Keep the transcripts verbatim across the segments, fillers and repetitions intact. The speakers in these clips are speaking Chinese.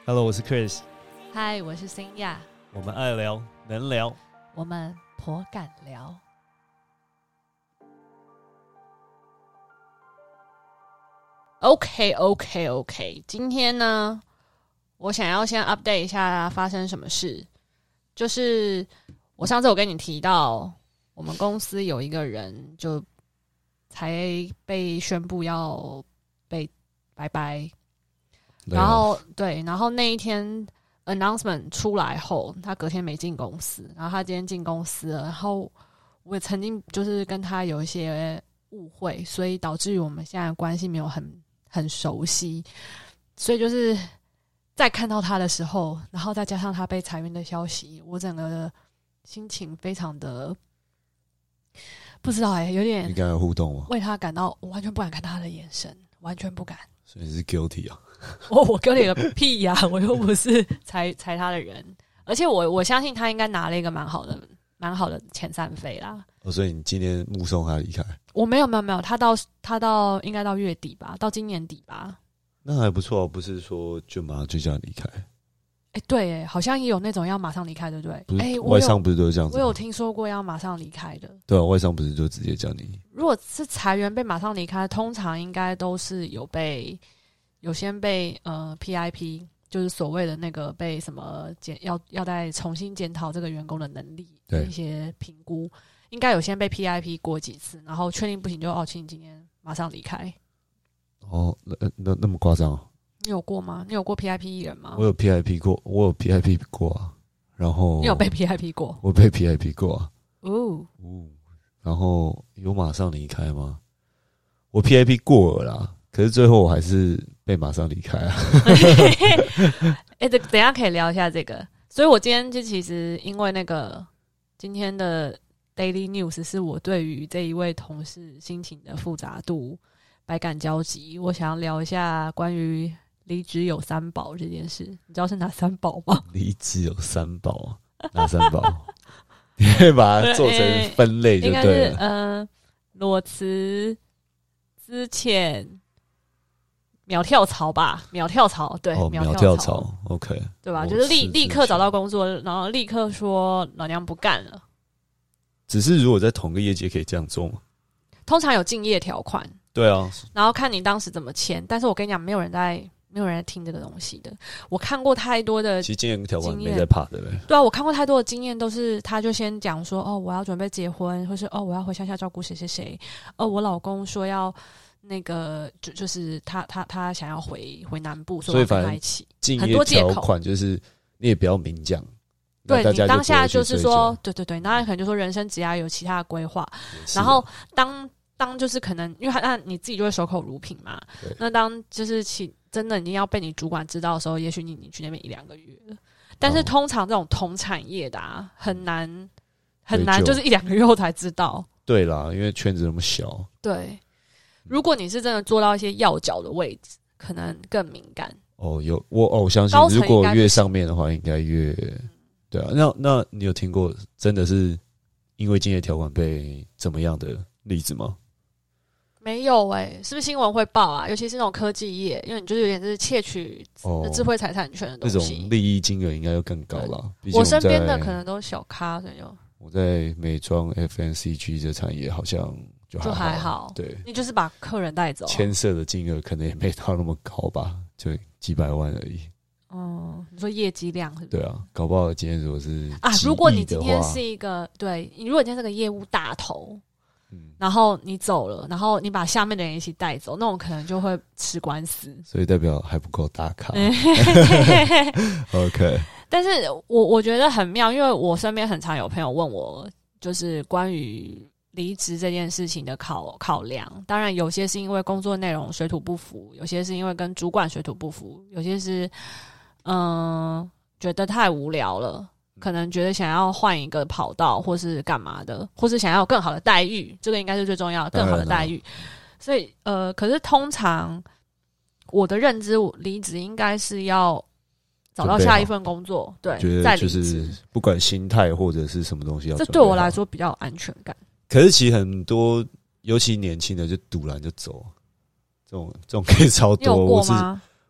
Hello， 我是 Chris。 嗨，我是新亚。 我们爱聊，能聊， 我们颇敢聊。OK OK OK， 今天呢，我想要先 update 一下发生什么事。就是我上次有跟你提到，我们公司有一个人就才被宣布要被拜拜。然后对，然后那一天 announcement 出来后，他隔天没进公司，然后他今天进公司了，然后我也曾经就是跟他有一些误会，所以导致于我们现在关系没有很很熟悉，所以就是在看到他的时候，然后再加上他被裁员的消息，我整个心情非常的不知道哎、欸，有点你跟他有互动吗？ 为他感到，我完全不敢看他的眼神，完全不敢。 所以你是 guilty 啊？ 我我 guilty 个屁呀、啊！我又不是裁裁他的人，而且我我相信他应该拿了一个蛮好的蛮好的遣散费啦。 哦，所以你今天目送他离开？ 我没有没有没有，他到他到应该到月底吧，到今年底吧。 那还不错，不是说就马上就这样离开。 哎、欸，对，哎，好像也有那种要马上离开，对不对？哎、欸， 外商不是都是这样子吗？ 我有听说过要马上离开的。 对啊，外商不是就直接叫你？ 如果是裁员被马上离开，通常应该都是有被有先被呃 P I P， 就是所谓的那个被什么检要要再重新检讨这个员工的能力的一些评估，应该有先被 P I P 过几次，然后确定不行就哦，请你今天马上离开。 哦，那那那么夸张哦？ 你有过吗？你有过 P I P 艺人吗？ 我有 P I P 过，我有 P I P 过啊。然后你有被 P I P 过？ 我被 P I P 过啊。 哦哦，然后有马上离开吗？我 P I P 过了啦，可是最后我还是被马上离开啊。 哎、欸，等等一下可以聊一下这个。所以我今天就其实因为那个今天的 Daily News 是我对于这一位同事心情的复杂度百感交集，我想要聊一下关于离职有三宝这件事。你知道是哪三宝吗？ 离职有三宝，哪三宝？你会把它做成分类就对了。应该是呃，裸辞、资遣、秒跳槽吧？秒跳槽，对， 哦、 秒跳槽 ，OK， 对吧？就是立立刻找到工作，然后立刻说老娘不干了。 只是如果在同个业界可以这样做吗？ 通常有竞业条款。 对啊， 然后看你当时怎么签，但是我跟你讲，没有人在，没有人在听这个东西的。我看过太多的， 其实竞业条款没在怕的嘞。 对啊，我看过太多的经验，都是他就先讲说，哦，我要准备结婚，或是哦，我要回乡下照顾谁谁谁，哦，我老公说要那个，就就是他他他想要回回南部，所以跟他一起。 竞业条款就是你也不要明讲。 对， 你当下就是说，对对对，那可能就说人生职涯有其他的规划，然后当。当就是可能，因为他那你自己就会守口如瓶嘛。那当就是其真的已经要被你主管知道的时候，也许你你去那边一两个月了。但是通常这种同产业的啊，很难很难，就是一两个月后才知道。 对啦，因为圈子那么小。 对，如果你是真的做到一些要角的位置，可能更敏感。 哦，有我哦，我相信如果越上面的话，应该越对啊。那那你有听过真的是因为竞业条款被怎么样的例子吗？ 没有哎、欸，是不是新闻会报啊？尤其是那种科技业，因为你就是有点是窃取智慧财产权的东西， 那、哦、种利益金额应该又更高了。 我身边的可能都是小咖，所以就我在美妆 F M C G 这产业好像就还好， 就还好， 对， 你就是把客人带走， 牵涉的金额可能也没到那么高吧，就几百万而已。 哦，你说业绩量是不是？ 对啊，搞不好今天如果是啊，如果你今天是一个对你，如果今天是个业务大头。嗯、然后你走了，然后你把下面的人一起带走，那种可能就会吃官司， 所以代表还不够大咖。OK， 但是我我觉得很妙，因为我身边很常有朋友问我，就是关于离职这件事情的考考量。当然，有些是因为工作内容水土不服，有些是因为跟主管水土不服，有些是嗯、呃、觉得太无聊了。可能觉得想要换一个跑道，或是干嘛的，或是想要有更好的待遇，这个应该是最重要的，更好的待遇。所以，呃，可是通常我的认知，离职应该是要找到下一份工作，对，再离职。 就是不管心态或者是什么东西要， 这对我来说比较有安全感。 可是其实很多，尤其年轻的就赌烂就走，这种这种可以超多。 你有过吗？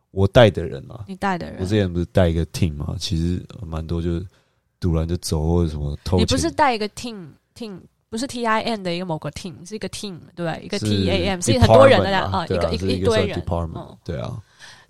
我带的人啊， 你带的人， 我之前不是带一个 team 嘛，其实蛮多就是突然就走或者什么偷钱。 你不是带一个 team team， 不是 T I N 的一个某个 team， 是一个 team， 对不对？一个 T A M 是很多人的啊，一个一个一堆人， 嗯，对啊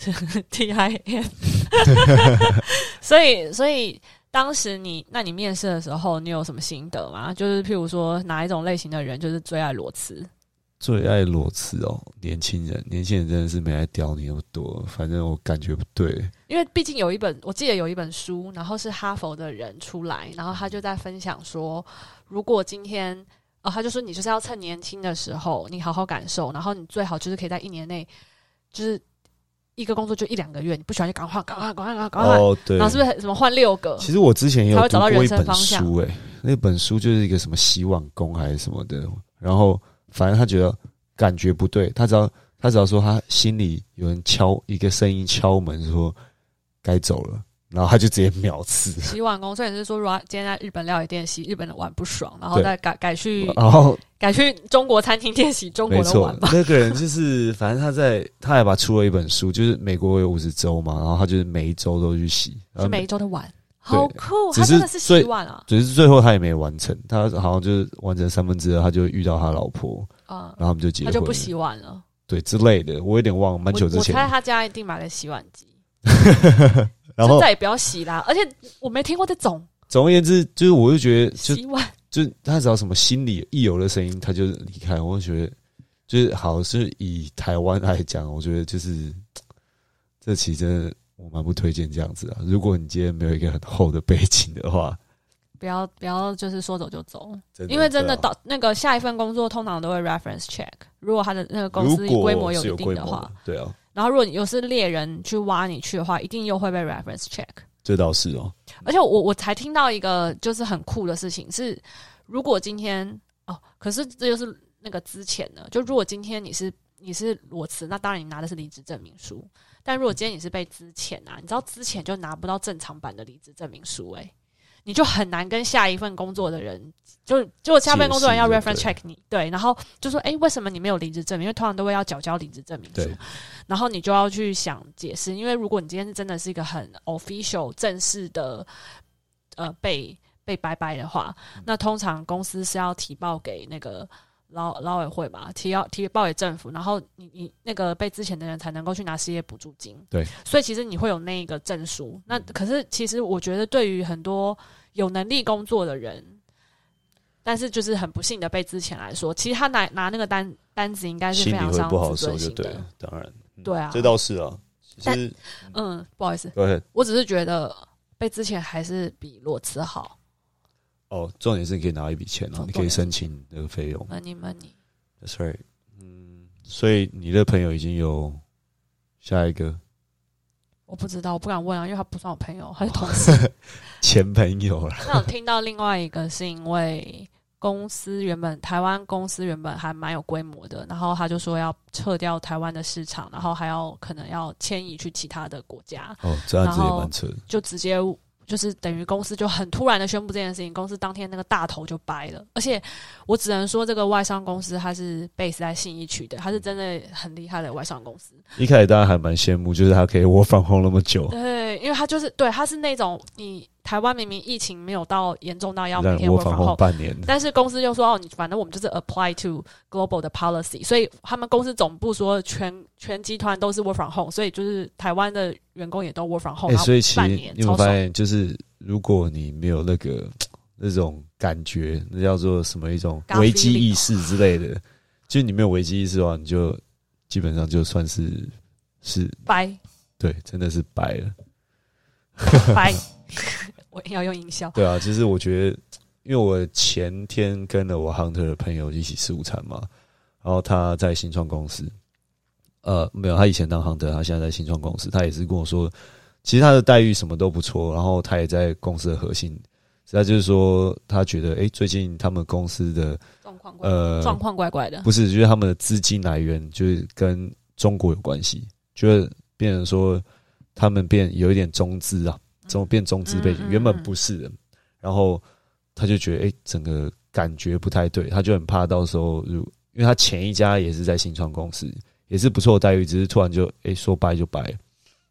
，T I N 。所以所以当时你，那你面试的时候，你有什么心得吗？就是譬如说哪一种类型的人就是最爱裸辞？ 最爱裸辞哦，年轻人，年轻人真的是没来屌你那么多，反正我感觉不对。 因为毕竟有一本，我记得有一本书，然后是哈佛的人出来，然后他就在分享说，如果今天，哦，他就说你就是要趁年轻的时候，你好好感受，然后你最好就是可以在一年内，就是一个工作就一两个月，你不喜欢就赶快赶快赶快赶快， 哦，对， 然后是不是什么换六个？ 其实我之前也有读过一本书、欸， 哎， 那本书就是一个什么洗碗工还是什么的，然后反正他觉得感觉不对，他只要他只要说他心里有人敲一个声音敲门说该走了，然后他就直接秒辞。 洗碗工，所以你是说，如果今天在日本料理店洗日本的碗不爽，然后再改改去， 然后改去中国餐厅店洗中国的碗吧？ 那个人就是反正他在他还把出了一本书，就是美国有五十州嘛，然后他就是每一州都去洗， 是每一州的碗。好酷！他真的是洗碗啊， 只是最后他也没完成，他好像就是完成三分之二，他就遇到他老婆，嗯，然后他们就结婚了， 他就不洗碗了， 对之类的，我有点忘了，蛮久之前。 我猜他家一定买了洗碗机， 然后再也不要洗啦。而且我没听过这种。 总而言之，就是我就觉得就， 洗碗， 就他只要什么心里一有了声音，他就离开。我就觉得，就是好，是以台湾来讲，我觉得就是这期真的。我蛮不推荐这样子啊！如果你今天没有一个很厚的背景的话， 不要不要就是说走就走，因为真的到、啊、那个下一份工作通常都会 reference check， 如果他的那个公司规模有一定的话， 对啊。 然后如果你又是猎人去挖你去的话，一定又会被 reference check。 这倒是哦。 而且我我才听到一个就是很酷的事情是，如果今天哦，可是这就是那个之前呢，就如果今天你是你是裸辞，那当然你拿的是离职证明书。但如果今天你是被资遣啊，你知道资遣就拿不到正常版的离职证明书，欸，你就很难跟下一份工作的人，就就下一份工作人要 reference check 你，对，然后就说，哎，欸，为什么你没有离职证明？因为通常都会要缴交离职证明书，然后你就要去想解释，因为如果你今天是真的是一个很 official 正式的，呃，被被拜拜的话，那通常公司是要提报给那个。劳劳委会嘛，提要提报给政府，然后你你那个被资遣的人才能够去拿失业补助金。 对， 所以其实你会有那个证书。那可是其实我觉得对于很多有能力工作的人，但是就是很不幸的被资遣来说，其实他拿拿那个单单子应该是非常伤自尊心的。 对，当然，嗯， 对啊， 这倒是啊。 但嗯，不好意思， 对， 我只是觉得被资遣还是比裸辞好。 哦，重点是你可以拿一笔钱啊，你可以申请那个费用。 Money money， That's right。嗯，所以你的朋友已经有下一个？ 我不知道，我不敢问啊，因为他不算我朋友，他是同事。 前朋友了。 那我听到另外一个是因为公司原本台湾公司原本还蛮有规模的，然后他就说要撤掉台湾的市场，然后还要可能要迁移去其他的国家。 哦，这样子也蛮扯的， 就直接。就是等于公司就很突然的宣布这件事情，公司当天那个大头就掰了。而且我只能说，这个外商公司它是 base 在信义区的，它是真的很厉害的外商公司。 一开始大家还蛮羡慕，就是它可以work from home那么久。 对，因为它就是对，它是那种你台湾明明疫情没有到严重到要每天 work from home 半年， 但是公司就说哦，你反正我们就是 apply to global 的 policy， 所以他们公司总部说全全集团都是 work from home， 所以就是台湾的员工也都 work from home，欸， 所以其实你有没有发现，就是如果你没有那个那种感觉，那叫做什么一种危机意识之类的，就是你没有危机意识的话，你就基本上就算是是掰， 对，真的是掰了， 掰。我要用音效。 对啊，就是我觉得，因为我前天跟了我 Hunter 的朋友一起吃午餐嘛，然后他在新创公司，呃，没有，他以前当 Hunter， 他现在在新创公司，他也是跟我说，其实他的待遇什么都不错，然后他也在公司的核心，实在就是说，他觉得，哎，最近他们公司的状况呃状况怪怪的， 不是，就是他们的资金来源就是跟中国有关系，觉得变成说他们变有一点中资啊。怎么变中资背景？原本不是的，然后他就觉得，哎、欸，整个感觉不太对，他就很怕到时候，如因为他前一家也是在新创公司，也是不错的待遇，只是突然就，哎、欸，说掰就掰，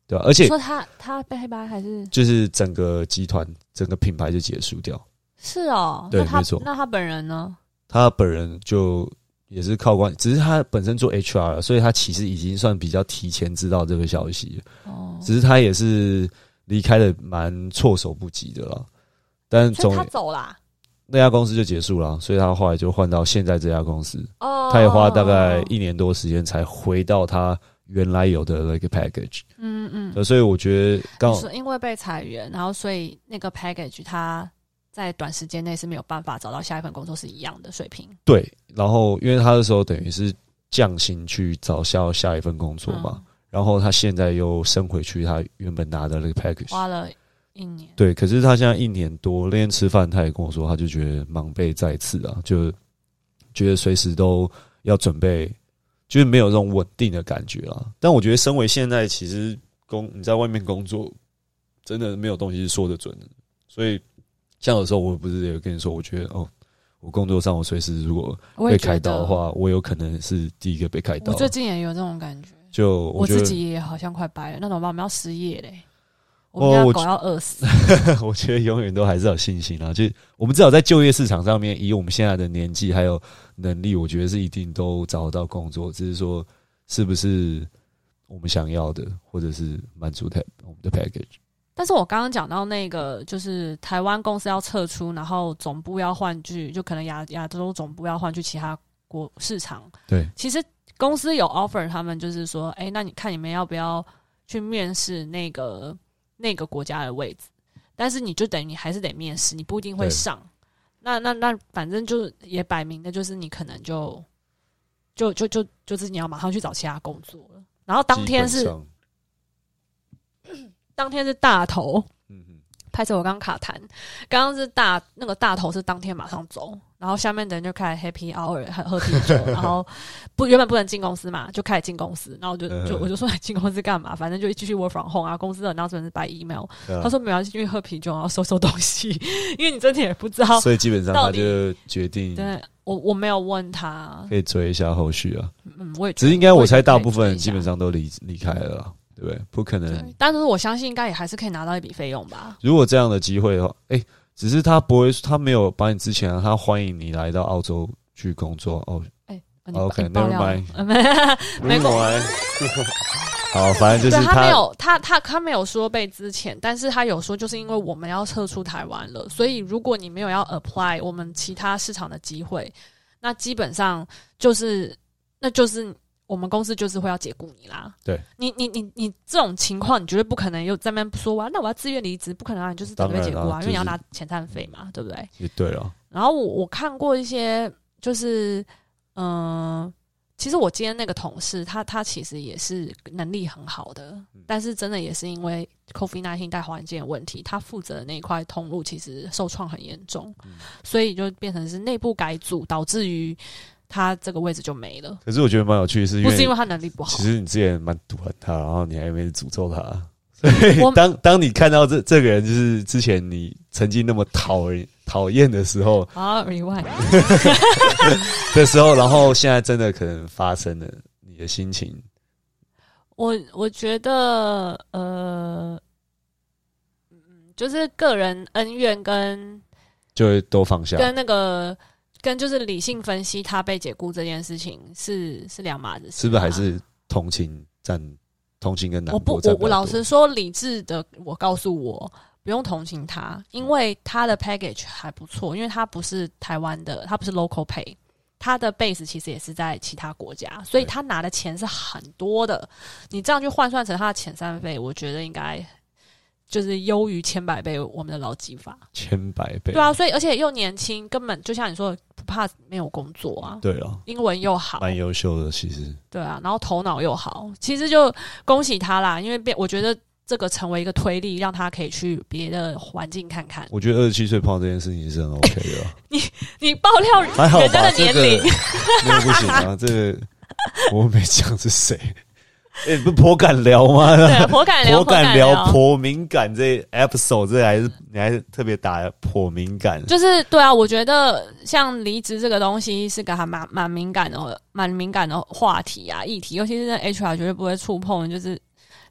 对吧、啊？而且说他他被黑白还是就是整个集团整个品牌就结束掉。 是哦， 对， 那他没错。 那他本人呢？ 他本人就也是靠关，只是他本身做 H R， 所以他其实已经算比较提前知道这个消息了。哦，只是他也是离开的蛮措手不及的啦。但总所以他走啦， 那家公司就结束了，所以他后来就换到现在这家公司。 哦， 他也花大概一年多时间才回到他原来有的那个 package。嗯嗯，所以我觉得刚好是因为被裁员，然后所以那个 package 他在短时间内是没有办法找到下一份工作是一样的水平。 对，然后因为他那时候等于是降薪去找下下一份工作嘛，嗯、然后他现在又升回去他原本拿的那个 package， 花了一年。 对，可是他现在一年多，那天吃饭他也跟我说，他就觉得忙备在此啊，就觉得随时都要准备，就是没有这种稳定的感觉啊。但我觉得身为现在其实工你在外面工作，真的没有东西是说得准的，所以。像有时候我不是有跟你说，我觉得哦，我工作上我随时如果被开刀的话，我, 我有可能是第一个被开刀。 我最近也有这种感觉， 就 我, 我自己也好像快掰了，那怎么办？我们要失业嘞，我们家狗要饿死。 我, 我觉得永远都还是要有信心啦，就是我们至少在就业市场上面，以我们现在的年纪还有能力，我觉得是一定都找得到工作，只是说是不是我们想要的，或者是满足我们的 package。 但是我刚刚讲到那个，就是台湾公司要撤出，然后总部要换去，就可能亚亚洲总部要换去其他国市场。 对， 其实公司有 offer 他们，就是说，哎、欸，那你看你们要不要去面试那个那个国家的位置？但是你就等于你还是得面试，你不一定会上。那那那反正就也摆明的就是你可能就就就就就是你要马上去找其他工作了。然后当天是。当天是大头，嗯嗯，拍摄我刚卡痰，刚刚是大那个大头是当天马上走，然后下面的人就开始 happy hour 喝啤酒，然后不原本不能进公司嘛，就开始进公司，然后就就我就说进公司干嘛？反正就继续 work from home 啊。公司的 announcement 是 by email，、啊、他说没有进去喝啤酒，然后收收东西，因为你真的也不知道， 所以基本上他就决定。 对，我我没有问他， 可以追一下后续啊。 嗯，我也只是应该我猜大部分人基本上都离离开了啦。对不对？不可能。 但是我相信应该也还是可以拿到一笔费用吧。 如果这样的机会的话，哎、欸，只是他不会，他没有把你之前，他欢迎你来到澳洲去工作哦。 哎、欸、 ，OK，Never mind， 没关系。 好，反正就是他, 他没有，他他他没有说被资遣，但是他有说，就是因为我们要撤出台湾了，所以如果你没有要 apply 我们其他市场的机会，那基本上就是那就是。我们公司就是会要解雇你啦。 对， 你你你你这种情况，你绝对不可能又在那边说哇，那我要自愿离职，不可能啊，你就是准备解雇啊，因为你要拿遣散费嘛，对不对？ 也对了。 然后我我看过一些，就是嗯、呃，其实我今天那个同事，他他其实也是能力很好的，嗯、但是真的也是因为 COVID 十九 大环境的问题，他负责的那一块通路其实受创很严重，嗯、所以就变成是内部改组，导致于。他这个位置就没了。 可是我觉得蛮有趣的是因为， 不是因为他能力不好。 其实你之前蛮毒恨他，然后你还没诅咒他。所以当当你看到这这个人，就是之前你曾经那么讨人讨厌的时候啊 ，rewind 的时候，然后现在真的可能发生了，你的心情。 我我觉得呃，就是个人恩怨跟就会都放下， 跟那个。跟就是理性分析他被解雇这件事情是是两码子事、啊， 是不是还是同情占同情跟难过？ 我不，我我老实说，理智的我告诉我不用同情他，因为他的 package 还不错，因为他不是台湾的，他不是 local pay， 他的 base 其实也是在其他国家，所以他拿的钱是很多的。你这样去换算成他的遣散费，我觉得应该。就是优于千百倍我们的劳基法， 千百倍， 对啊，所以而且又年轻，根本就像你说的，不怕没有工作啊。 对了， 英文又好， 蛮优秀的，其实。 对啊，然后头脑又好，其实就恭喜他啦，因为变，我觉得这个成为一个推力，让他可以去别的环境看看。 我觉得二十七岁碰到这件事情是很 OK 的、啊。 你你爆料人家的年龄， 那个、不行啊，这个我没讲是谁。哎、欸，不是颇敢聊吗？ 对，颇敢聊， 颇敢聊，颇敏感。这 episode 这还是你还是特别打颇敏感， 就是对啊。我觉得像离职这个东西是个还蛮蛮敏感的、蛮敏感的话题啊，议题，尤其是 H R 绝对不会触碰，就是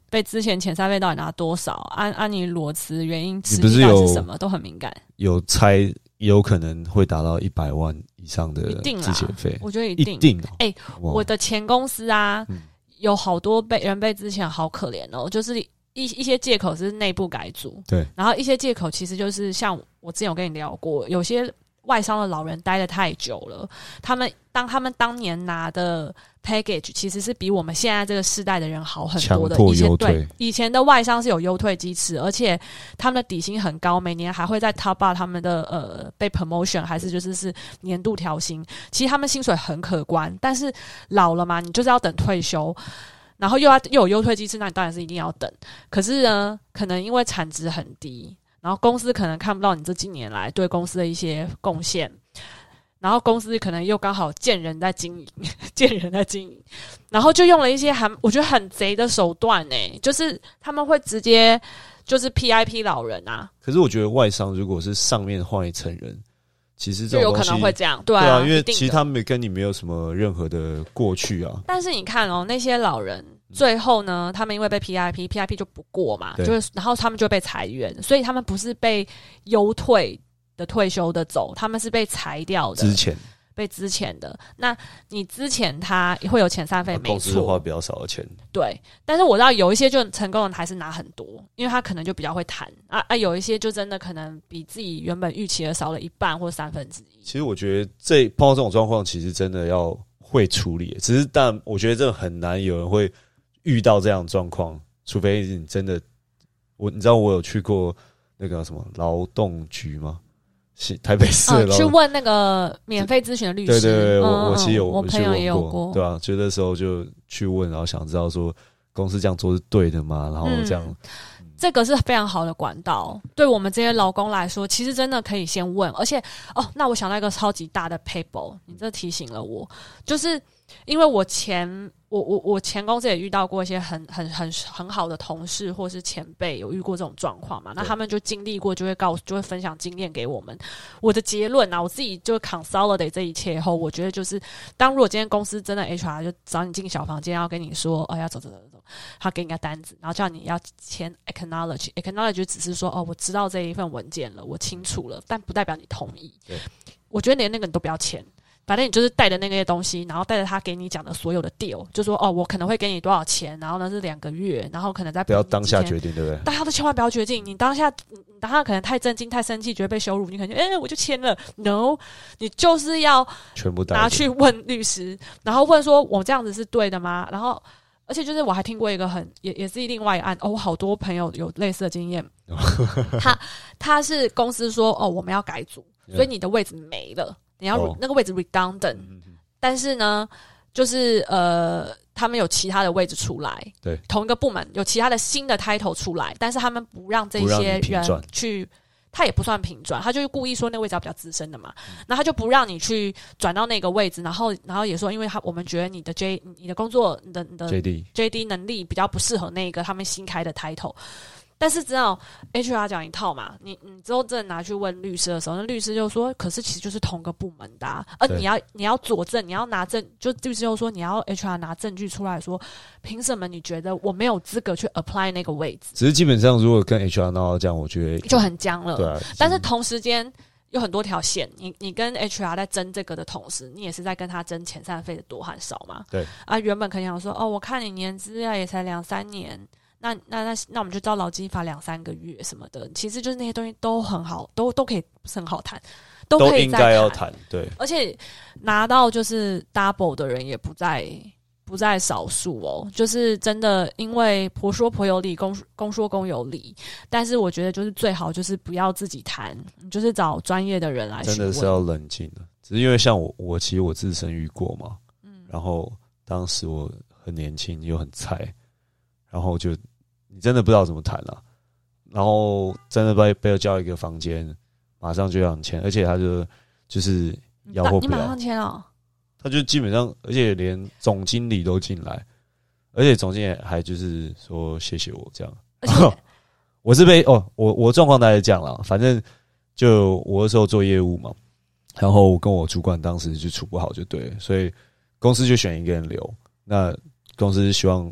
被之前遣散费到底拿多少？按、啊、按、啊、你裸辞原因实际到底是什么，都很敏感。 有猜也有可能会达到一百万以上的资遣费， 我觉得一定。 一定哎、欸，我的前公司啊，嗯、有好多被人被之前好可怜哦，就是一一些借口是内部改组， 对， 然后一些借口其实就是像我之前有跟你聊过，有些外商的老人待得太久了，他们当他们当年拿的 package 其实是比我们现在这个世代的人好很多的。 强迫优退， 以前的外商是有优退机制，而且他们的底薪很高，每年还会在 top up 他们的呃被 promotion， 还是就是是年度调薪。其实他们薪水很可观，但是老了嘛，你就是要等退休，然后又要又有优退机制，那你当然是一定要等。可是呢，可能因为产值很低。然后公司可能看不到你这几年来对公司的一些贡献，然后公司可能又刚好见人在经营，见人在经营，然后就用了一些很我觉得很贼的手段呢、欸，就是他们会直接就是 P I P 老人啊。 可是我觉得外商如果是上面换一层人，其实这种就有可能会这样，对啊， 对啊，因为其实他们跟你没有什么任何的过去啊。 但是你看哦，那些老人。最后呢，他们因为被 P I P，P I P 就不过嘛，就是然后他们就被裁员，所以他们不是被优退的退休的走，他们是被裁掉的， 之前被资遣的。那你资遣他会有遣散费，没错， 公司花比较少的钱， 对。但是我知道有一些就成功人还是拿很多，因为他可能就比较会谈啊啊，有一些就真的可能比自己原本预期的少了一半或三分之一。 其实我觉得这碰到这种状况，其实真的要会处理，只是但我觉得这个很难有人会。遇到这样的状况，除非你真的，我你知道我有去过那个什么劳动局吗？台北市的、 哦、去问那个免费咨询的律师。 对对对， 嗯、 我我其实有， 我朋友也有过， 对吧、啊？就那时候就去问，然后想知道说公司这样做是对的吗？然后这样。 嗯这个是非常好的管道，对我们这些劳工来说，其实真的可以先问。而且哦，那我想到一个超级大的 paper， 你这提醒了我，就是因为我前我我我前公司也遇到过一些很很很很好的同事或是前辈有遇过这种状况嘛，那他们就经历过，就会告诉就会分享经验给我们。我的结论啊，我自己就 consolidate 这一切后，我觉得就是，当如果今天公司真的 H R 就找你进小房间，要跟你说，哦，要走走走走，他给你个单子，然后叫你要签 acknowledge acknowledge 就只是说，哦，我知道这一份文件了，我清楚了，但不代表你同意。 对， 我觉得连那个你都不要签。反正你就是带着那些东西，然后带着他给你讲的所有的 deal， 就说哦，我可能会给你多少钱，然后呢是两个月，然后可能在不要当下决定，对不对？ 大家都千万不要决定，你当下你当下可能太震惊、太生气，觉得被羞辱，你可能哎、欸、我就签了 ，no， 你就是要全部拿去问律师，然后问说我这样子是对的吗？然后而且就是我还听过一个很也也是另外一案哦，我好多朋友有类似的经验，他他是公司说哦我们要改组，所以你的位置没了，你要、哦、那个位置 redundant。但是呢，就是呃，他们有其他的位置出来， 对， 同一个部门有其他的新的 title 出来，但是他们不让这些人去，他也不算平转，他就是故意说那个位置要比较资深的嘛，嗯、那他就不让你去转到那个位置，然后然后也说，因为他我们觉得你的 J 你的工作你的你的 J D J D 能力比较不适合那个他们新开的 title。但是只要 H R 讲一套嘛，你你之后真的拿去问律师的时候，那律师就说，可是其实就是同个部门的、啊，而你要你要佐证，你要拿证，就律师就说你要 H R 拿证据出来说，凭什么你觉得我没有资格去 apply 那个位置？ 只是基本上如果跟 H R 闹到这样，我觉得就很僵了。 对啊， 但是同时间有很多条线，你你跟 H R 在争这个的同时，你也是在跟他争遣散费的多和少嘛？ 对啊，原本可能想说，哦，我看你年资啊也才两三年。那那那那我们就照劳基法两三个月什么的，其实就是那些东西都很好，都都可以不是很好谈，都可以应该要谈，对。 而且拿到就是 double 的人也不在不在少数哦，就是真的，因为婆说婆有理，公公说公有理，但是我觉得就是最好就是不要自己谈，你就是找专业的人来询问。 真的是要冷静的，只是因为像我，我其实我自身遇过嘛，嗯，然后当时我很年轻又很菜，然后就。你真的不知道怎么谈了、啊，然后真的被被叫一个房间，马上就要你签，而且他就就是要或不要， 你马上签哦。 他就基本上，而且连总经理都进来，而且总经理还就是说谢谢我这样。我是被哦，我我状况大概是这样啦，反正就我那时候做业务嘛，然后我跟我主管当时就处不好就对了，所以公司就选一个人留，那公司希望。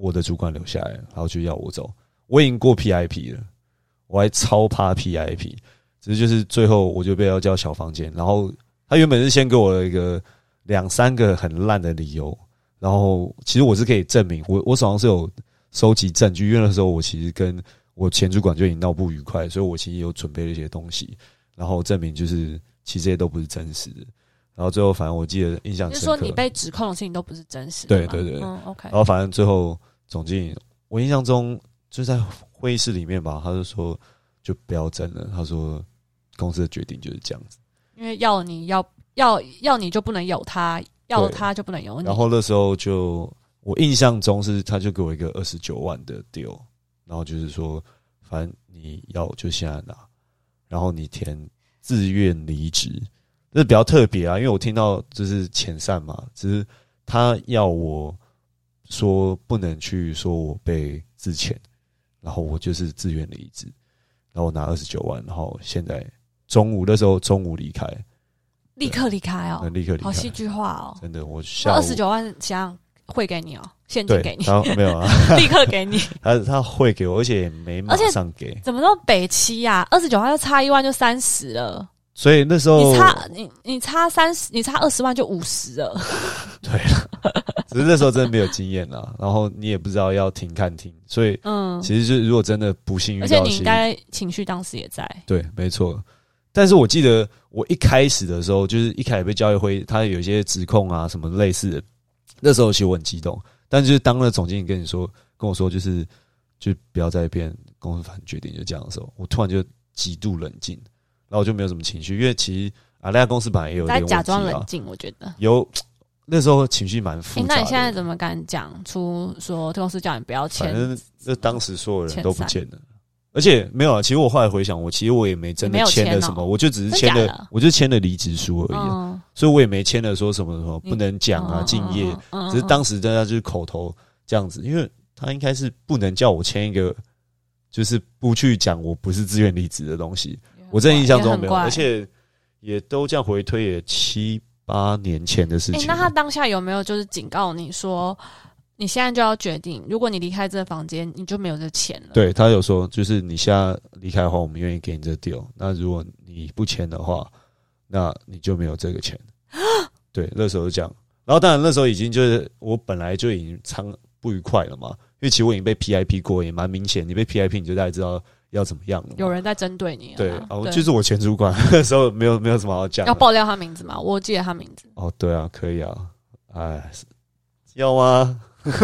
我的主管留下来，然后就要我走。我已经过 P I P 了，我还超怕 P I P， 只是就是最后我就被要叫小房间，然后他原本是先给我一个两三个很烂的理由，然后其实我是可以证明，我我手上是有收集证据，因为那时候我其实跟我前主管就已经闹不愉快，所以我其实有准备了一些东西，然后证明就是其实这些都不是真实的。然后最后反正我记得印象深刻， 就是说你被指控的事情都不是真实的吗？ 对对对， 嗯 ，OK。 然后反正最后总经理，我印象中就在会议室里面吧，他就说就不要争了，他说公司的决定就是这样子， 因为要你要要要你就不能有他，要他就不能有你。 然后那时候就我印象中是他就给我一个二十九万的 deal， 然后就是说反正你要就现在拿，然后你填自愿离职。这比较特别啊，因为我听到就是遣散嘛，只是他要我说不能去说我被资遣，然后我就是自愿离职，然后我拿二十九万，然后现在中午那时候中午离开， 立刻离开哦， 立刻离开， 好戏剧化哦， 真的，我下午二十九万想汇给你哦，现金给你， 然后没有啊， 立刻给你， 他他汇给我，而且也没马上给， 怎么那么北七呀？二十九万就差一万就三十了。 所以那时候你差你你差三十，你差二十万就五十了。 对了，只是那时候真的没有经验啦，然后你也不知道要停看停，所以嗯，其实就是如果真的不幸遇到， 而且你应该情绪当时也在。 对，没错。但是我记得我一开始的时候，就是一开始被教育会，他有一些指控啊什么类似的，那时候其实我很激动，但就是当了总经理跟你说跟我说就是就不要再变公司反正决定就这样的时候，我突然就极度冷静。然后我就没有什么情绪，因为其实啊，那家公司本来也有点问题啊， 在假装冷静，我觉得有那时候情绪蛮复杂的、欸。 那你现在怎么敢讲出说公司叫你不要签？ 反正那当时所有人都不签了，而且没有啊。其实我后来回想，我其实我也没真的签了什么， 哦、 我就只是签了，我就签了离职书而已、嗯，所以我也没签了说什么什么不能讲啊、敬业、嗯嗯嗯，只是当时大家就是口头这样子，因为他应该是不能叫我签一个，就是不去讲我不是自愿离职的东西。我真的印象中没有，而且也都这样回推也七八年前的事情、欸。 那他当下有没有就是警告你说，你现在就要决定，如果你离开这个房间，你就没有这钱了？对， 他有说，就是你现在离开的话，我们愿意给你这 deal。那如果你不签的话，那你就没有这个钱。对，那时候就这样。然后当然那时候已经就是我本来就已经仓不愉快了嘛，因为其实我已经被 P I P 过，也蛮明显。你被 P I P， 你就大概知道要怎么样了？ 有人在针对你。 对，哦，就是我前主管那时候没有没有什么好讲。 要爆料他名字吗？我记得他名字。 哦，对啊，可以啊。哎，要吗？不是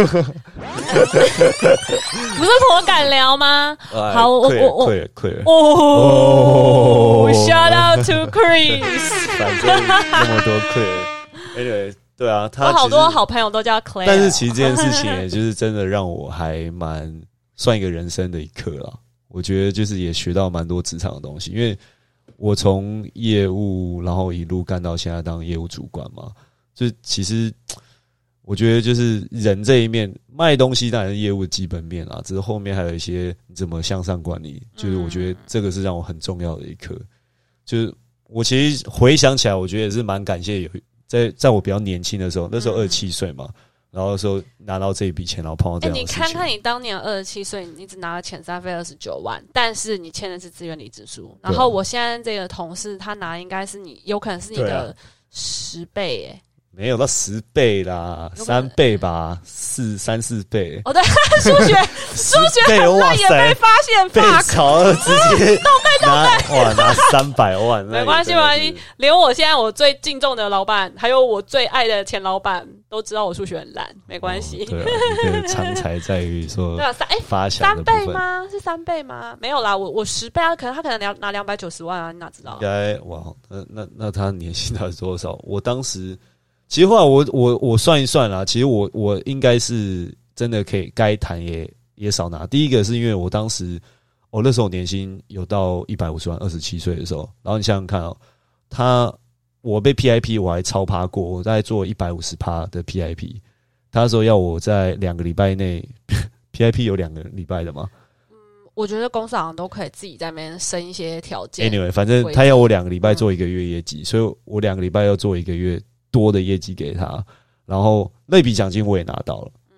颇敢聊吗？ 哎、 好，我我我亏了亏了哦 ！Shout out to Chris， 反正那么多亏了。Anyway， 对啊，他我好多好朋友都叫 Claire， 但是其实这件事情也就是真的让我还蛮算一个人生的一课啦。我觉得就是也学到蛮多职场的东西，因为我从业务然后一路干到现在当业务主管嘛，就其实我觉得就是人这一面卖东西当然是业务的基本面啦，只是后面还有一些你怎么向上管理，就是我觉得这个是让我很重要的一课。就是我其实回想起来，我觉得也是蛮感谢有在在我比较年轻的时候，那时候二十七岁嘛。然后那时候拿到这一笔钱，然后碰到这样的事情。 欸、你看看你当年二十七岁，你只拿了遣散费二十九万，但是你签的是自愿离职书。然后我现在这个同事，他拿应该是你，有可能是你的十倍耶、欸。 没有到十倍啦，三倍吧，四三四倍。 哦，对，数学数学那也被发现， 被炒了，直接拿哇拿三百万， 没关系没关系，连我现在我最敬重的老板，还有我最爱的前老板都知道我数学很烂，没关系。 哦、对啊，你的长才在于说， 对啊，三哎发想三倍吗？是三倍吗？没有啦，我我十倍啊，可能他可能拿拿两百九十万啊，你哪知道、啊？ 应该哇，那那那他年薪到底是多少？我当时。其实后来我我我算一算啦，其实我我应该是真的可以该谈也也少拿。第一个是因为我当时我、哦、那时候年薪有到一百五十万，二十七岁的时候，然後你想想看哦，他我被 P I P 我还超趴过，我大概做一百五十趴的 P I P， 他说要我在两个礼拜内 P I P 有两个礼拜的吗？ 我觉得公司好像都可以自己在那边升一些条件。 Anyway， 反正他要我两个礼拜做一个月业绩、嗯，所以我两个礼拜要做一个月多的业绩给他，然后那笔奖金我也拿到了，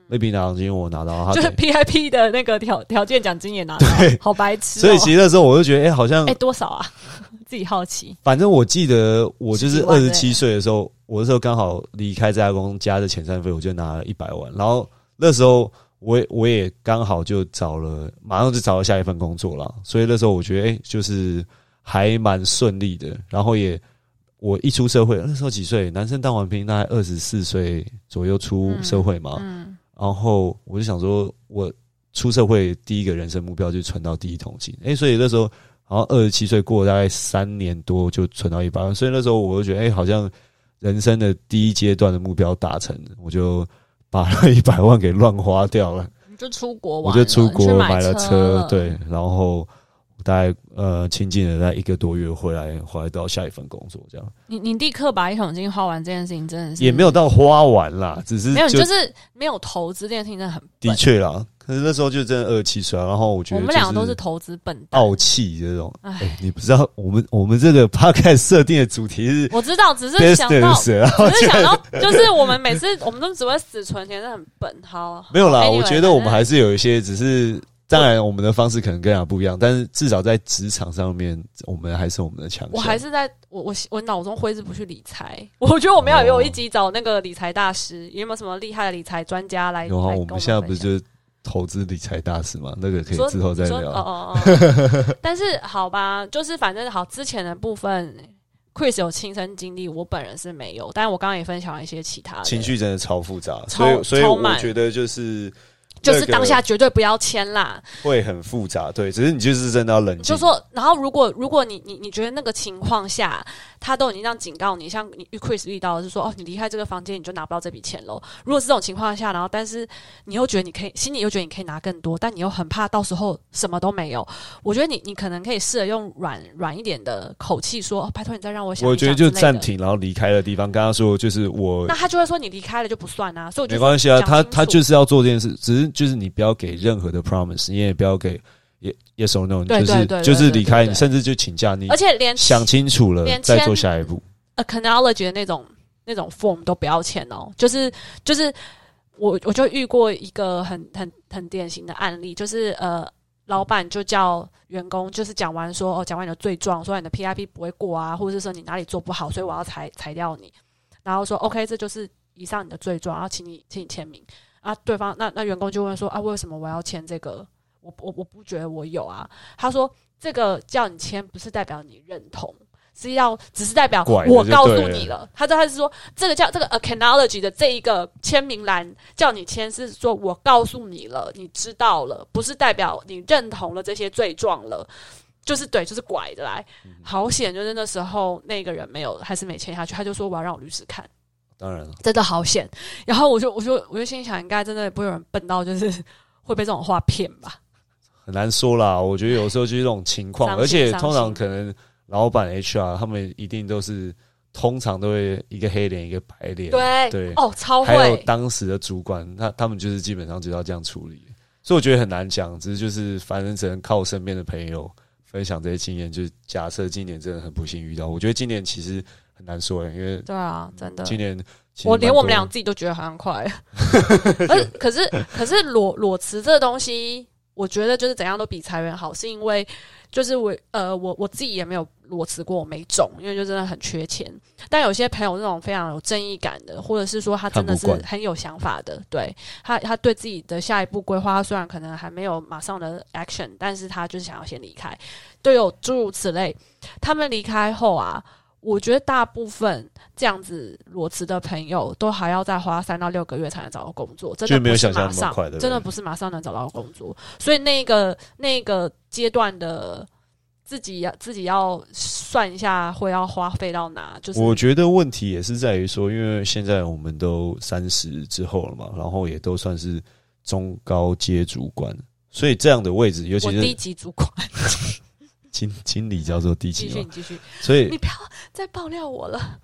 maybe 拿奖金我拿到，他就是 P I P 的那个条条件奖金也拿到，好白痴、哦。 所以其实那时候我就觉得，哎、欸，好像哎、欸、多少啊？自己好奇。 反正我记得我就是二十七岁的时候，我那时候刚好离开这家公司，加的遣散费，我就拿了一百万。然后那时候我也我也刚好就找了，马上就找了下一份工作了。所以那时候我觉得，哎、欸，就是还蛮顺利的。然后也我一出社会，那时候几岁？男生当完兵大概二十四岁左右出社会嘛。嗯嗯，然后我就想说，我出社会第一个人生目标就是存到第一桶金。哎、欸，所以那时候。然后二十七岁过了大概三年多就存到一百万，所以那时候我就觉得，哎、欸，好像人生的第一阶段的目标达成了，我就把那一百万给乱花掉了。 你就出国玩了， 我就出国买了车， 对，然后大概呃亲近了大概一个多月回来，回来到下一份工作这样。 你你立刻把一桶金花完这件事情真的是也没有到花完啦，只是没有，你就是没有投资这件事情真的很笨。 的确啦。可是那时候就真的二十七岁啊，然后我觉得我们两个都是投资笨蛋， 傲气这种。哎、欸，你不知道我们我们这个 podcast 设定的主题是， 我知道，只是想到，只是想到，就是我们每次我们都只会死存钱，是很笨。好， 没有啦， anyway, 我觉得我们还是有一些，只是当然我们的方式可能跟人家不一样，但是至少在职场上面，我们还是我们的强项。 我还是在我我我脑中挥之不去理财，我觉得我们要有一集找那个理财大师，有没有什么厉害的理财专家来？ 有啊，我们现在不是就。投资理财大师嘛，那个可以之后再聊。 哦哦哦。但是好吧，就是反正好，之前的部分 ，Chris 有亲身经历，我本人是没有。但是我刚刚也分享了一些其他的。 情绪真的超复杂，所以所以我觉得就是。 就是当下绝对不要签啦， 会很复杂，对，只是你就是真的要冷静。 就说，然后如果如果你你你觉得那个情况下，他都已经这样警告你，像你 Chris 遇到的是说，哦，你离开这个房间你就拿不到这笔钱喽。如果是这种情况下，然后但是你又觉得你可以，心里又觉得你可以拿更多，但你又很怕到时候什么都没有。我觉得你你可能可以试着用软软一点的口气说，哦，拜托你再让我想一想。 我觉得就暂停，然后离开的地方，跟他说就是我， 那他就会说你离开了就不算啊，所以我就没关系啊，他他就是要做这件事，只是就是你不要给。给任何的 promise， 你也不要给 yes or no， 就是就是离开，你甚至就请假，你而且连想清楚了再做下一步。 acknowledge 的那种那种 form 都不要签哦，就是就是我我就遇过一个很很很典型的案例，就是呃，老板就叫员工就是讲完说哦，讲完你的罪状，说你的 P I P 不会过啊，或者是说你哪里做不好，所以我要裁裁掉你，然后说 OK， 这就是以上你的罪状，然后请你请你签名。啊，对方那那员工就问说啊，为什么我要签这个？我我我不觉得我有啊。他说这个叫你签不是代表你认同，是要只是代表我告诉你了。他他是说这个叫这个 acknowledge 的这一个签名栏叫你签，是说我告诉你了，你知道了，不是代表你认同了这些罪状了。就是对，就是拐的来。好险，就是那时候那个人没有，还是没签下去，他就说我要让我律师看。 当然了， 真的好险。然后我就我就我就心想，应该真的不会有人笨到就是会被这种话骗吧？ 很难说啦。我觉得有时候就是这种情况，而且通常可能老板 H R 他们一定都是通常都会一个黑脸一个白脸， 对对哦，超会。 还有当时的主管，他他们就是基本上就要这样处理，所以我觉得很难讲。只是就是反正只能靠身边的朋友分享这些经验。就是假设今年真的很不幸遇到，我觉得今年其实。很难说欸，因为对啊，真的， 今年我连我们俩自己都觉得好像快。可是可是裸裸辞这个东西，我觉得就是怎样都比裁员好，是因为就是我呃我我自己也没有裸辞过，我没中，因为就真的很缺钱。但有些朋友那种非常有正义感的，或者是说他真的是很有想法的，对他他对自己的下一步规划，虽然可能还没有马上的 action， 但是他就是想要先离开，都有诸如此类。他们离开后啊。我觉得大部分这样子裸辞的朋友都还要再花三到六个月才能找到工作，真的不是马上，真的不是马上能找到工作。所以那个那个阶段的自己要自己要算一下会要花费到哪。就是我觉得问题也是在于说，因为现在我们都三十之后了嘛，然后也都算是中高阶主管，所以这样的位置，尤其是我低级主管。 经经理叫做低级， 继续你继续， 所以你不要再爆料我了。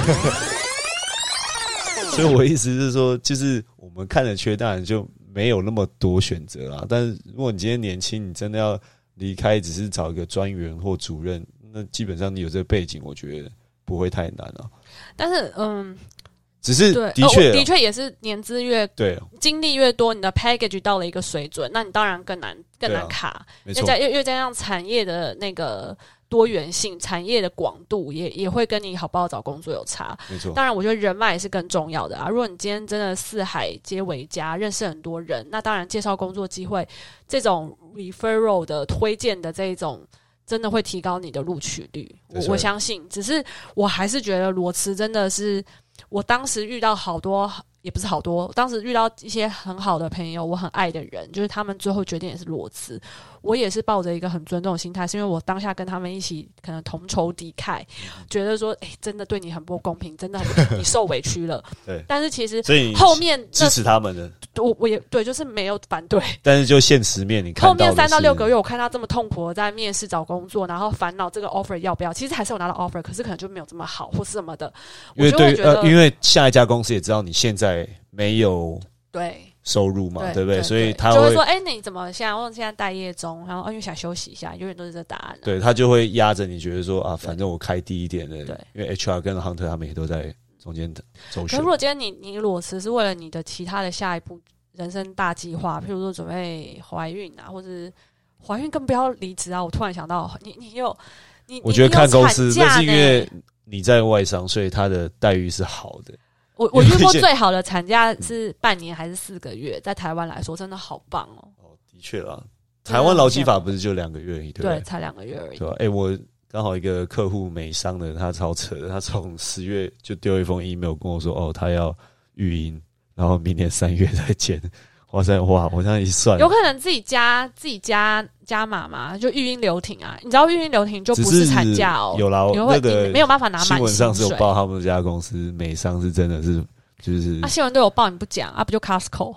所以我意思是说，就是我们看的缺，当然就没有那么多选择啦。但是如果你今天年轻，你真的要离开，只是找一个专员或主任，那基本上你有这个背景，我觉得不会太难啊。 但是，嗯， 只是对， 的确、 呃、的确也是年资越对， 经历越多，你的 package 到了一个水准，那你当然更难更难卡。 啊、没错， 再加又又加上产业的那个多元性，产业的广度也也会跟你好不好找工作有差。 没错， 当然我觉得人脉也是更重要的啊。如果你今天真的四海皆为家，认识很多人，那当然介绍工作机会，这种 referral 的推荐的这一种。真的会提高你的录取率，我我相信。只是我还是觉得裸辞真的是，我当时遇到好多，也不是好多，当时遇到一些很好的朋友，我很爱的人，就是他们最后决定也是裸辞。我也是抱着一个很尊重的心态，是因为我当下跟他们一起可能同仇敌忾，觉得说，哎、欸，真的对你很不公平，真的很你受委屈了。 对， 但是其实所以后面支持他们的， 我我也对，就是没有反对。 但是就现实面，你看到后面三到六个月，我看他这么痛苦的在面试找工作，然后烦恼这个 offer 要不要，其实还是有拿到 offer， 可是可能就没有这么好或是什么的。 因为对， 我就会觉得呃，因为下一家公司也知道你现在没有对。收入嘛， 对, 对不对? 对？所以他就会说：“哎、欸，你怎么现在？我现在待业中，然后、哦、因为想休息一下，永远都是这答案、啊。” 对，他就会压着你，觉得说啊，反正我开低一点的， 对， 因为 H R 跟 Hunter 他们也都在中间周旋。 可是如果今天你你裸辞是为了你的其他的下一步人生大计划，譬如说准备怀孕啊，或者怀孕更不要离职啊！我突然想到，你你有你， 我觉得看公司，那是因为你在外商，所以他的待遇是好的。 我我遇过最好的产假是半年还是四个月，在台湾来说真的好棒哦。 哦，的确啦，台湾劳基法不是就两个月而已，对不对？ 对，才两个月而已。 对吧？哎、欸，我刚好一个客户美商的，他超扯的，他从十月就丢一封 email 跟我说，哦，他要育婴，然后明年三月再见。哇塞，哇！我这样一算， 有可能自己加自己加加码嘛，就育婴留停啊。你知道育婴留停就不是产假哦， 有啦，那个没有办法拿满薪水。 新闻上是有报他们家公司美商是真的是就是啊，新闻都有报你不讲啊，不就 Costco？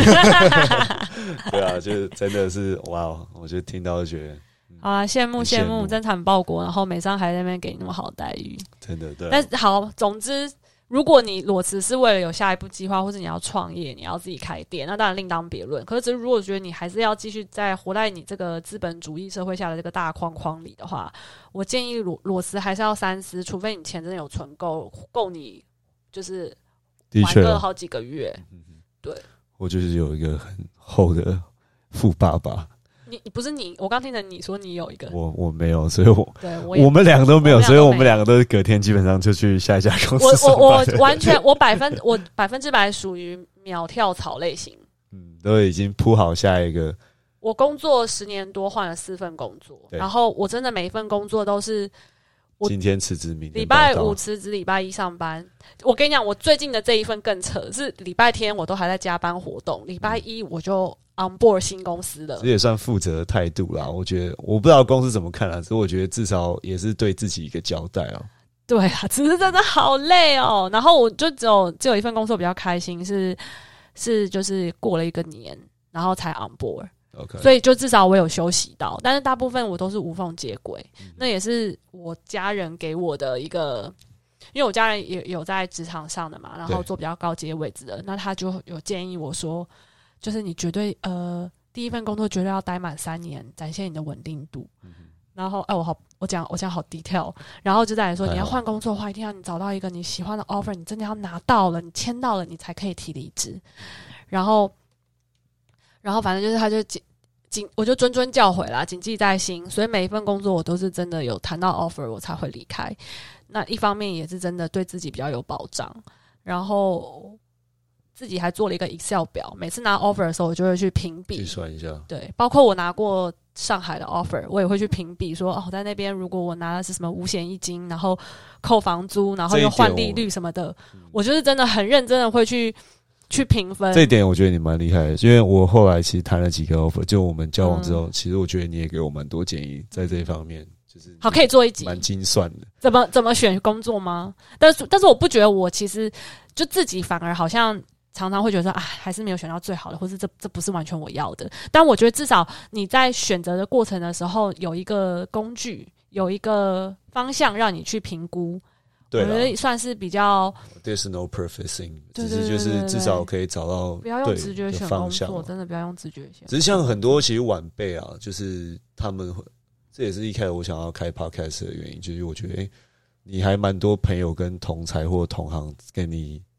对啊，就是真的是哇！我就听到就觉得， 嗯、好啊，羡慕羡慕，增产报国，然后美商还在那边给你那么好的待遇， 真的对、啊。 但是好，总之。如果你裸辞是为了有下一步计划，或者你要创业，你要自己开店，那当然另当别论。可是，只是如果觉得你还是要继续在活在你这个资本主义社会下的这个大框框里的话，我建议裸裸辞还是要三思，除非你钱真的有存够，够你就是玩个好几个月。对， 我就是有一个很厚的富爸爸。 你你不是你，我刚听成你说你有一个， 我我没有，所以我对我我们两个都没有，所以我们两个都是隔天基本上就去下一家公司上班。 我我我完全我百分我百分之百属于秒跳槽类型， 嗯，都已经铺好下一个。 我工作十年多，换了四份工作，然后我真的每一份工作都是我今天辞职，明天礼拜五辞职，礼拜一上班。我跟你讲，我最近的这一份更扯，是礼拜天我都还在加班活动，礼拜一我就 on board 新公司了。 这也算负责的态度啦，我觉得我不知道公司怎么看啦，所以我觉得至少也是对自己一个交代啊。 对啊，只是真的好累哦。然后我就只有只有一份工作比较开心，是是就是过了一个年，然后才 on board。Okay. 所以就至少我有休息到，但是大部分我都是无缝接轨、嗯。那也是我家人给我的一个，因为我家人也有在职场上的嘛，然后做比较高阶位置的，那他就有建议我说，就是你绝对呃第一份工作绝对要待满三年，展现你的稳定度。嗯、然后哎、呃，我好我讲我讲好 detail， 然后就再来说，你要换工作的话，一定要你找到一个你喜欢的 offer， 你真的要拿到了，你签到了，你才可以提离职。然后。然后反正就是他就谨谨我就谆谆教诲啦，谨记在心。所以每一份工作我都是真的有谈到 offer 我才会离开。那一方面也是真的对自己比较有保障，然后自己还做了一个 Excel 表，每次拿 offer 的时候我就会去评比， 计算一下。对， 包括我拿过上海的 offer， 我也会去评比说，哦，在那边如果我拿的是什么五险一金，然后扣房租，然后又换利率什么的，我, 我就是真的很认真的会去。去评分这一点，我觉得你蛮厉害的，因为我后来其实谈了几个 offer， 就我们交往之后、嗯，其实我觉得你也给我蛮多建议，在这一方面，就是好可以做一集， 蛮精算的。 怎么怎么选工作吗？但是但是我不觉得我其实就自己反而好像常常会觉得说啊，还是没有选到最好的，或是这这不是完全我要的。但我觉得至少你在选择的过程的时候，有一个工具，有一个方向让你去评估。 对， 我觉得算是比较 ，There's no perfect thing， 只是就是至少可以找到不要用直觉选工作，真的不要用直觉选。 只是像很多其实晚辈啊，就是他们会，这也是一开始我想要开 podcast 的原因，就是我觉得，哎、欸，你还蛮多朋友跟同才或同行跟你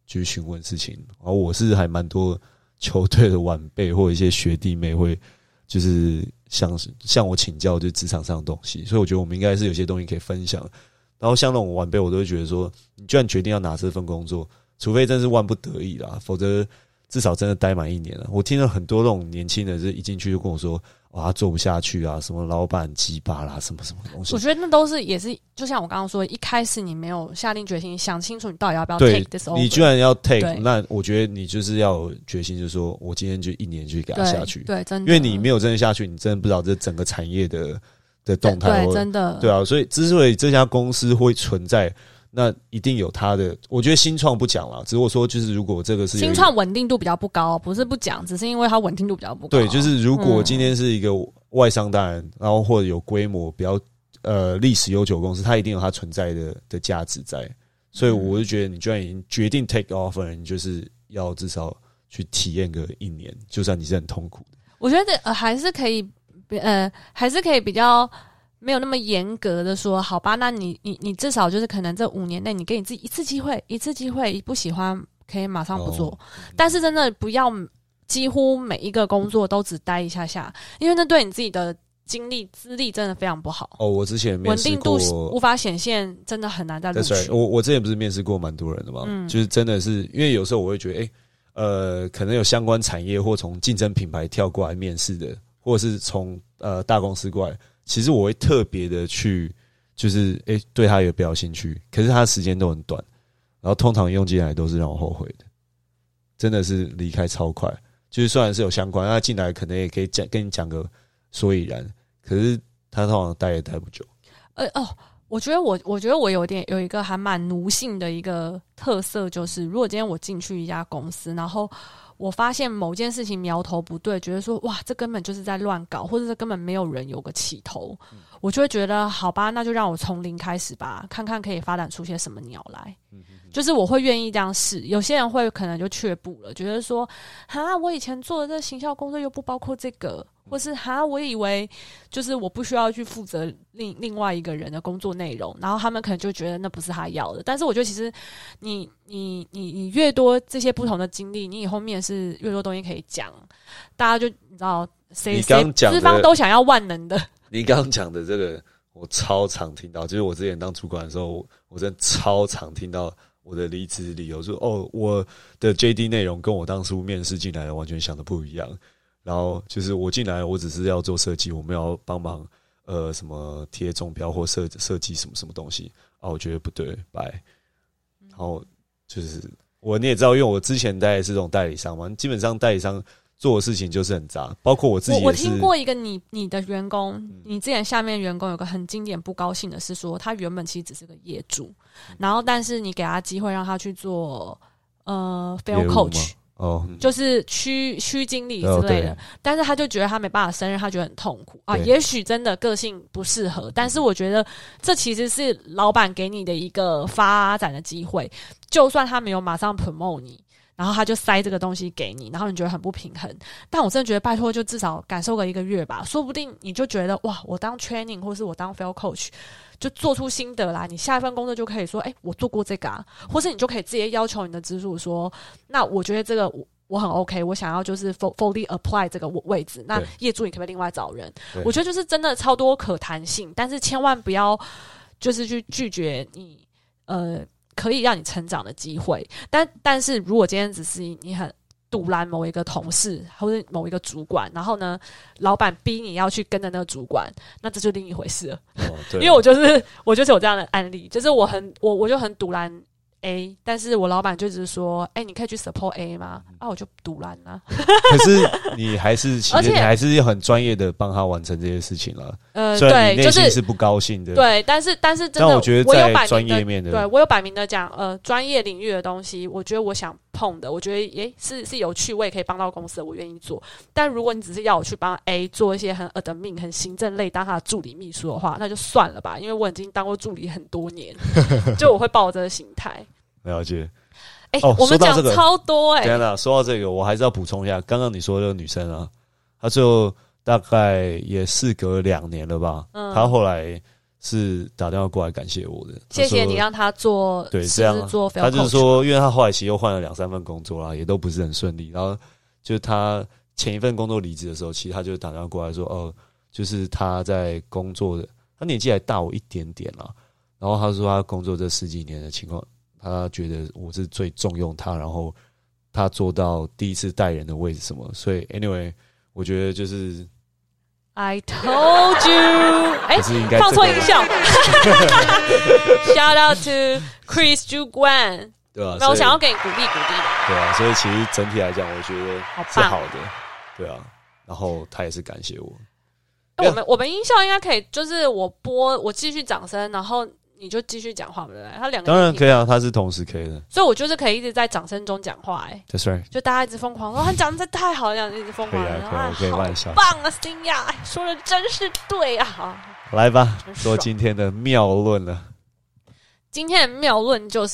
去询问事情。然后我是还蛮多球队的晚辈或者一些学弟妹会就是向向我请教就职场上的东西，所以我觉得我们应该是有些东西可以分享。然后像那种晚辈，我都会觉得说，你居然决定要拿这份工作，除非真是万不得已啦，否则至少真的待满一年了。我听了很多那种年轻人，是一进去就跟我说，哇，他做不下去啊，什么老板鸡巴啦，什么什么东西。 我觉得那都是也是，就像我刚刚说，一开始你没有下定决心，想清楚你到底要不要 take this over。 你居然要 take， 那我觉得你就是要有决心，就是说我今天就一年去给他下去。 对，对真的， 因为你没有真的下去，你真的不知道这整个产业的的动态。 对，真的， 对啊，所以之所以这家公司会存在。那一定有它的，我觉得新创不讲啦，只是我说就是如果这个是新创稳定度比较不高，不是不讲，只是因为它稳定度比较不高。 对，就是如果今天是一个外商，当然，然后或者有规模比较呃历史悠久的公司，它一定有它存在的的价值在。所以我就觉得，你居然已经决定 take offer， 你就是要至少去体验个一年，就算你是很痛苦的。 我觉得呃还是可以，呃还是可以比较。没有那么严格的说，好吧，那你你你至少就是可能这五年内，你给你自己一次机会，一次机会，不喜欢可以马上不做，哦、但是真的不要几乎每一个工作都只待一下下，因为那对你自己的经历资历真的非常不好。 哦，我之前面试过， 稳定度无法显现，真的很难再录取。 Right. 我我之前不是面试过蛮多人的嘛，嗯、就是真的是因为有时候我会觉得，哎、欸，呃，可能有相关产业或从竞争品牌跳过来面试的，或者是从呃大公司过来。其实我会特别的去，就是诶、欸、对他有比较兴趣，可是他的时间都很短，然后通常用进来都是让我后悔的，真的是离开超快。就是虽然是有相关，他进来可能也可以讲跟你讲个所以然，可是他通常待也待不久。 呃哦，我觉得我我觉得我有点有一个还蛮奴性的一个特色，就是如果今天我进去一家公司，然后。我发现某件事情苗头不对，觉得说哇，这根本就是在乱搞，或者是根本没有人有个起头，嗯、我就会觉得好吧，那就让我从零开始吧，看看可以发展出些什么鸟来。嗯、就是我会愿意这样试。有些人会可能就却步了，觉得说哈，我以前做的这个行销工作又不包括这个，或是哈，我以为就是我不需要去负责另另外一个人的工作内容，然后他们可能就觉得那不是他要的。但是我觉得其实你你你你越多这些不同的经历，你以后面试越多东西可以讲，大家就你知道谁谁资方都想要万能的。 你刚刚讲的这个，我超常听到，就是我之前当主管的时候，我, 我真的超常听到我的离职理由，说哦，我的 J D 内容跟我当初面试进来的完全想的不一样。然后就是我进来，我只是要做设计，我们要帮忙呃什么贴中标或设设计什么什么东西啊，我觉得不对，拜。然后就是我你也知道，因为我之前待的是这种代理商嘛，基本上代理商做的事情就是很杂，包括我自己也是。 我我听过一个你你的员工，嗯、你之前下面员工有个很经典不高兴的是说，他原本其实只是个业主，嗯、然后但是你给他机会让他去做呃 field coach。 哦， 就是区区经理之类的，哦、但是他就觉得他没办法胜任，他觉得很痛苦啊。也许真的个性不适合，但是我觉得这其实是老板给你的一个发展的机会。就算他没有马上 promote 你，然后他就塞这个东西给你，然后你觉得很不平衡。但我真的觉得拜托，就至少感受个一个月吧，说不定你就觉得哇，我当 training 或是我当 field coach。就做出心得来，你下一份工作就可以说，哎、欸，我做过这个啊，或是你就可以直接要求你的直属说，那我觉得这个我我很 OK， 我想要就是 fully apply 这个位置，那业主你可不可以另外找人？我觉得就是真的超多可弹性，但是千万不要就是去拒绝你呃可以让你成长的机会。但但是如果今天只是你很杜拦某一个同事或者某一个主管，然后呢，老板逼你要去跟着那个主管，那这就另一回事了。哦、对，因为我就是我就是有这样的案例，就是我很我我就很杜拦 A， 但是我老板就只是说，哎、欸，你可以去 support A 吗？啊，我就杜拦啊。可是你还是其实你还是很专业的帮他完成这些事情了。 呃， 虽然你内心是不高兴的， 对，但是但是真的， 但我觉得在专业面的， 对我有摆明的讲，呃，专业领域的东西，我觉得我想碰的，我觉得诶是是有趣，我也可以帮到公司的，我愿意做。但如果你只是要我去帮 A 做一些很 admin 很行政类，当他的助理秘书的话，那就算了吧，因为我已经当过助理很多年，就我会抱着这个心态。 了解。 哎、欸哦，我们讲超多哎、欸。 等一下，说到这个，我还是要补充一下，刚刚你说的那个女生啊，她最后大概也事隔两年了吧？嗯，她后来是打电话过来感谢我的， 谢谢你让他做对这样、啊， 做他就是说，因为他后来其实又换了两三份工作啦，也都不是很顺利，然后就是他前一份工作离职的时候，其实他就打电话过来说，哦，就是他在工作的，他年纪还大我一点点啦，然后他说他工作这十几年的情况，他觉得我是最重用他，然后他做到第一次带人的位置什么，所以 anyway， 我觉得就是。 I told you， 哎、欸，放错音效。Shout out to Chris 主管， 对啊， 没有，我想要给你鼓励鼓励的。 对啊，所以其实整体来讲，我觉得是好的，对啊。然后他也是感谢我。 欸、我们我们音效应该可以，就是我播，我继续掌声，然后你就继续讲话，对不对？他两个当然可以啊，他是同时可以的， 所以我就是可以一直在掌声中讲话、欸。哎 ，That's right， 就大家一直疯狂说他讲的太好了，这样一直疯狂， 可以啊，可以，我可以帮你笑， 棒啊，新亚说的真是对啊！ 来吧，说今天的妙论了。 今天的妙论就是，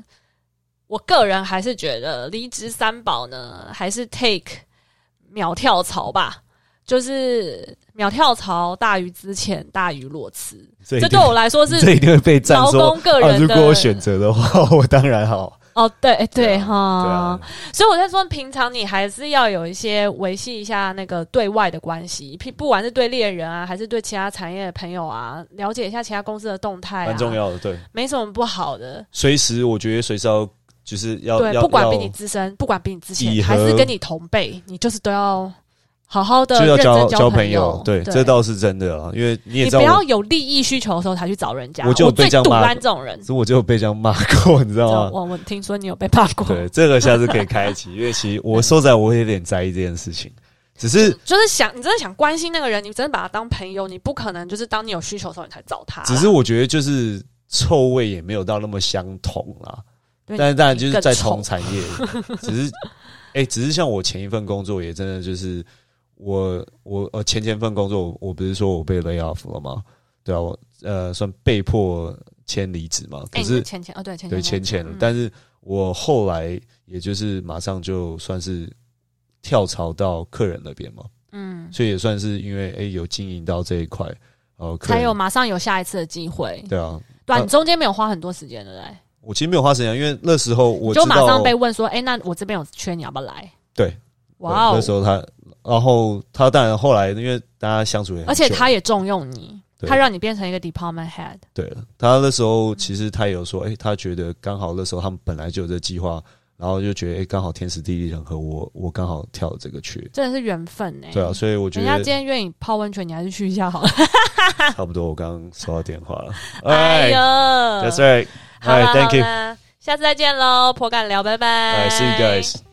我个人还是觉得离职三宝呢，还是 take 秒跳槽吧。就是秒跳槽大于资遣大于裸辞，这对我来说是这一定会被赞说。 劳工个人的、 啊，如果我选择的话，我当然好。 哦，对对哈、 啊， 所以我在说，平常你还是要有一些维系一下那个对外的关系，不管是对猎人啊，还是对其他产业的朋友啊，了解一下其他公司的动态、啊， 蛮重要的，对， 没什么不好的。 随时，我觉得随时要就是要对， 要不管比你资深，不管比你之前，还是跟你同辈，你就是都要。好好的， 就要交交朋友， 对，这倒是真的啊。因为你也知道， 你不要有利益需求的时候才去找人家。 我就有被这样骂， 这种人， 我就有被这样骂过，你知道吗？ 我我听说你有被骂过， 对，这个下次可以开一期，因为其实我说实在，我有点在意这件事情。只是就是想，你真的想关心那个人，你真的把他当朋友，你不可能就是当你有需求的时候你才找他。 只是我觉得就是臭味也没有到那么相同啦，但是当然就是在同产业，只是哎、欸，只是像我前一份工作也真的就是。我我呃前前份工作我，我不是说我被 lay off 了吗？对啊，我呃算被迫签离职嘛。可是、 欸、前前哦对前对签签了、嗯，但是我后来也就是马上就算是跳槽到客人那边嘛，嗯，所以也算是因为哎、欸、有经营到这一块，呃， 才有马上有下一次的机会。 对啊， 对啊，你中间没有花很多时间的嘞。 我其实没有花时间，因为那时候我知道就马上被问说，哎、欸，那我这边有缺，你要不要来？ 对， 哇哦， 那时候他。然后他当然后来因为大家相处也很久， 而且他也重用你，他让你变成一个 department head。 对了，他那时候其实他也有说，哎、欸，他觉得刚好那时候他们本来就有这计划，然后就觉得哎，刚、欸、好天时地利人和，我我刚好跳了这个缺， 真的是缘分哎、欸。 对啊，所以我觉得人家今天愿意泡温泉，你还是去一下好了。 差不多，我刚刚收到电话了。 哎呦 ，That's right. 好了 Thank you. 下次再见喽，颇敢聊，拜拜。 All right, see you guys.